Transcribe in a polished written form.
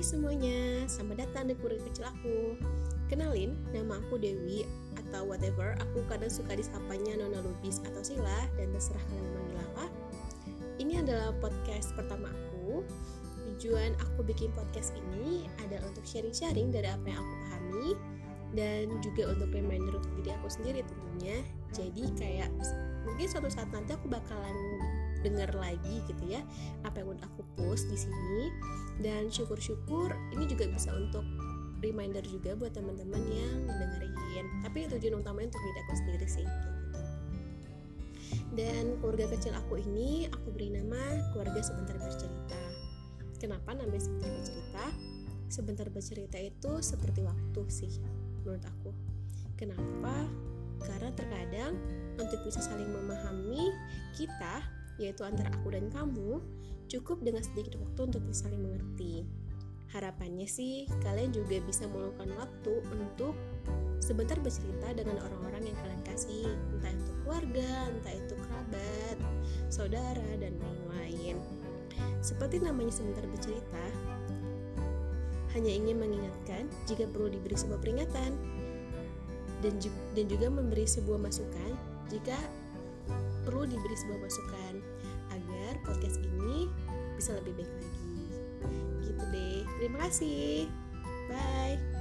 semuanya, selamat datang di keluarga kecil aku. Kenalin, nama aku Dewi atau whatever. Aku kadang suka disapanya Nona Lubis atau Sila, dan terserah kalian memanggil apa. Ini adalah podcast pertama aku. Tujuan aku bikin podcast ini adalah untuk sharing-sharing dari apa yang aku pahami, dan juga untuk reminder untuk diri aku sendiri tentunya. Jadi kayak mungkin suatu saat nanti aku bakalan dengar lagi gitu ya apa yang udah aku post di sini, dan syukur-syukur ini juga bisa untuk reminder juga buat teman-teman yang dengerin. Tapi tujuan utamanya untuk diri aku sendiri sih gitu. Dan keluarga kecil aku ini aku beri nama keluarga sebentar bercerita. Kenapa namanya sebentar bercerita? Sebentar bercerita itu seperti waktu sih menurut aku. Kenapa? Karena terkadang untuk bisa saling memahami kita, yaitu antara aku dan kamu, cukup dengan sedikit waktu untuk bisa saling mengerti. Harapannya sih kalian juga bisa meluangkan waktu untuk sebentar bercerita dengan orang-orang yang kalian kasih, entah itu keluarga, entah itu kerabat, saudara, dan lain-lain. Seperti namanya sebentar bercerita, hanya ingin mengingatkan jika perlu diberi sebuah peringatan, dan juga memberi sebuah masukan jika perlu diberi sebuah masukan agar podcast ini bisa lebih baik lagi. Gitu deh. Terima kasih. Bye.